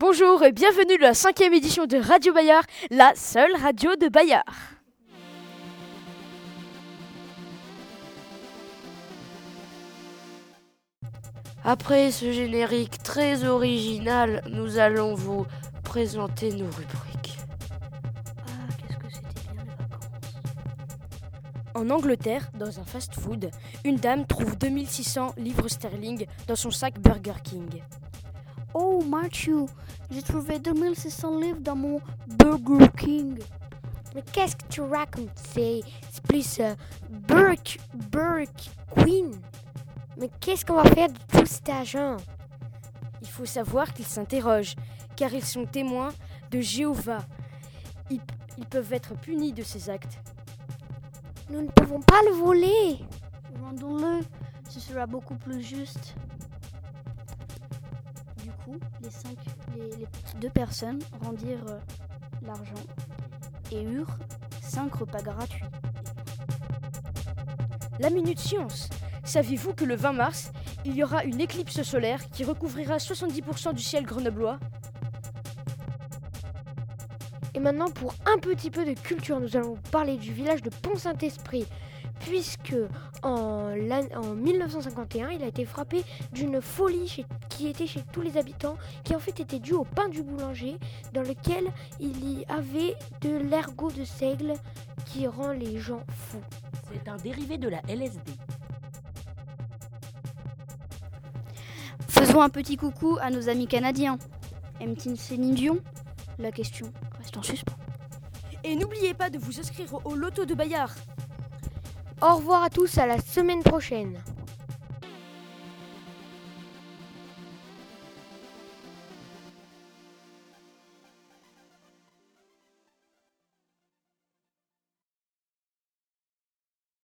Bonjour et bienvenue à la 5e édition de Radio Bayard, la seule radio de Bayard. Après ce générique très original, nous allons vous présenter nos rubriques. Ah, qu'est-ce que c'était bien les vacances. En Angleterre, dans un fast-food, une dame trouve 2600 livres sterling dans son sac Burger King. Oh, Mathieu, j'ai trouvé 2600 livres dans mon Burger King. Mais qu'est-ce que tu racontes? C'est plus Burke Queen. Mais qu'est-ce qu'on va faire de tout cet argent? Il faut savoir qu'ils s'interrogent, car ils sont témoins de Jéhovah. Ils peuvent être punis de ces actes. Nous ne pouvons pas le voler. Vendons-le, ce sera beaucoup plus juste. Du coup, les deux personnes rendirent l'argent et eurent 5 repas gratuits. La Minute Science. Saviez-vous que le 20 mars, il y aura une éclipse solaire qui recouvrira 70% du ciel grenoblois? Et maintenant, pour un petit peu de culture, nous allons vous parler du village de Pont-Saint-Esprit, puisque en 1951, il a été frappé d'une folie qui était chez tous les habitants, qui en fait était due au pain du boulanger, dans lequel il y avait de l'ergot de seigle qui rend les gens fous. C'est un dérivé de la LSD. Faisons un petit coucou à nos amis canadiens. Aiment-ils Céline Dion? La question reste en suspens. Et n'oubliez pas de vous inscrire au loto de Bayard. Au revoir à tous, à la semaine prochaine.